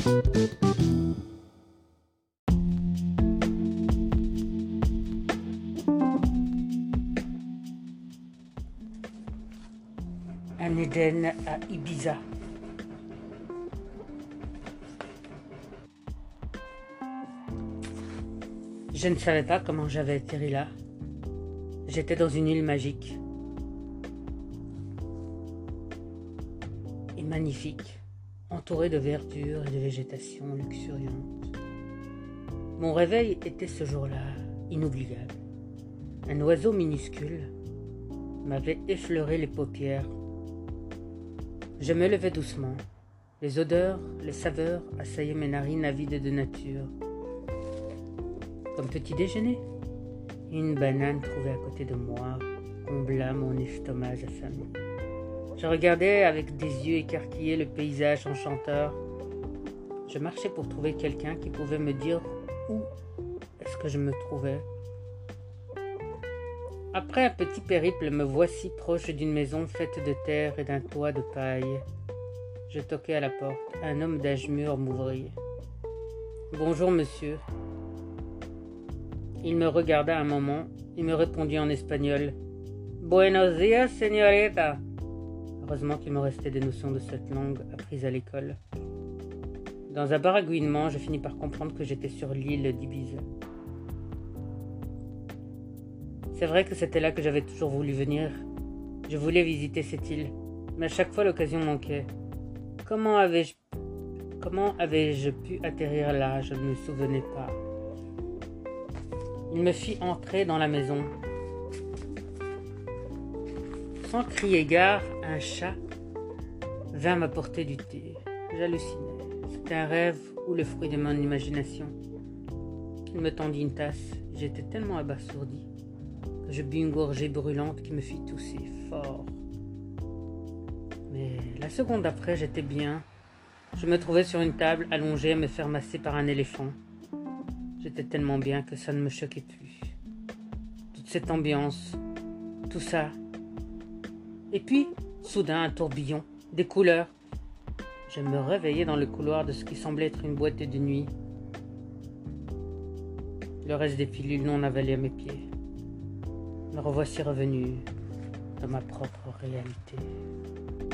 Un Éden à Ibiza. Je ne savais pas comment j'avais atterri là. J'étais dans une île magique et magnifique, entourée de verdure et de végétation luxuriante. Mon réveil était ce jour-là inoubliable. Un oiseau minuscule m'avait effleuré les paupières. Je me levais doucement. Les odeurs, les saveurs assaillaient mes narines avides de nature. Comme petit déjeuner, une banane trouvée à côté de moi combla mon estomac affamé. Je regardais avec des yeux écarquillés le paysage enchanteur. Je marchais pour trouver quelqu'un qui pouvait me dire où est-ce que je me trouvais. Après un petit périple, me voici proche d'une maison faite de terre et d'un toit de paille. Je toquai à la porte. Un homme d'âge mûr m'ouvrit. « Bonjour, monsieur. » Il me regarda un moment et me répondit en espagnol. « Buenos días, señorita. » Heureusement qu'il me restait des notions de cette langue apprises à l'école. Dans un baragouinement, je finis par comprendre que j'étais sur l'île d'Ibiza. C'est vrai que c'était là que j'avais toujours voulu venir. Je voulais visiter cette île, mais à chaque fois l'occasion manquait. Comment avais-je pu atterrir là? Je ne me souvenais pas. Il me fit entrer dans la maison. Sans crier gare, un chat vint m'apporter du thé. J'hallucinais. C'était un rêve ou le fruit de mon imagination. Il me tendit une tasse. J'étais tellement abasourdi que je bus une gorgée brûlante qui me fit tousser fort. Mais la seconde après, j'étais bien. Je me trouvais sur une table allongée à me faire masser par un éléphant. J'étais tellement bien que ça ne me choquait plus. Toute cette ambiance, tout ça. Et puis, soudain, un tourbillon, des couleurs. Je me réveillais dans le couloir de ce qui semblait être une boîte de nuit. Le reste des pilules non avalées à mes pieds. Me revoici revenu dans ma propre réalité.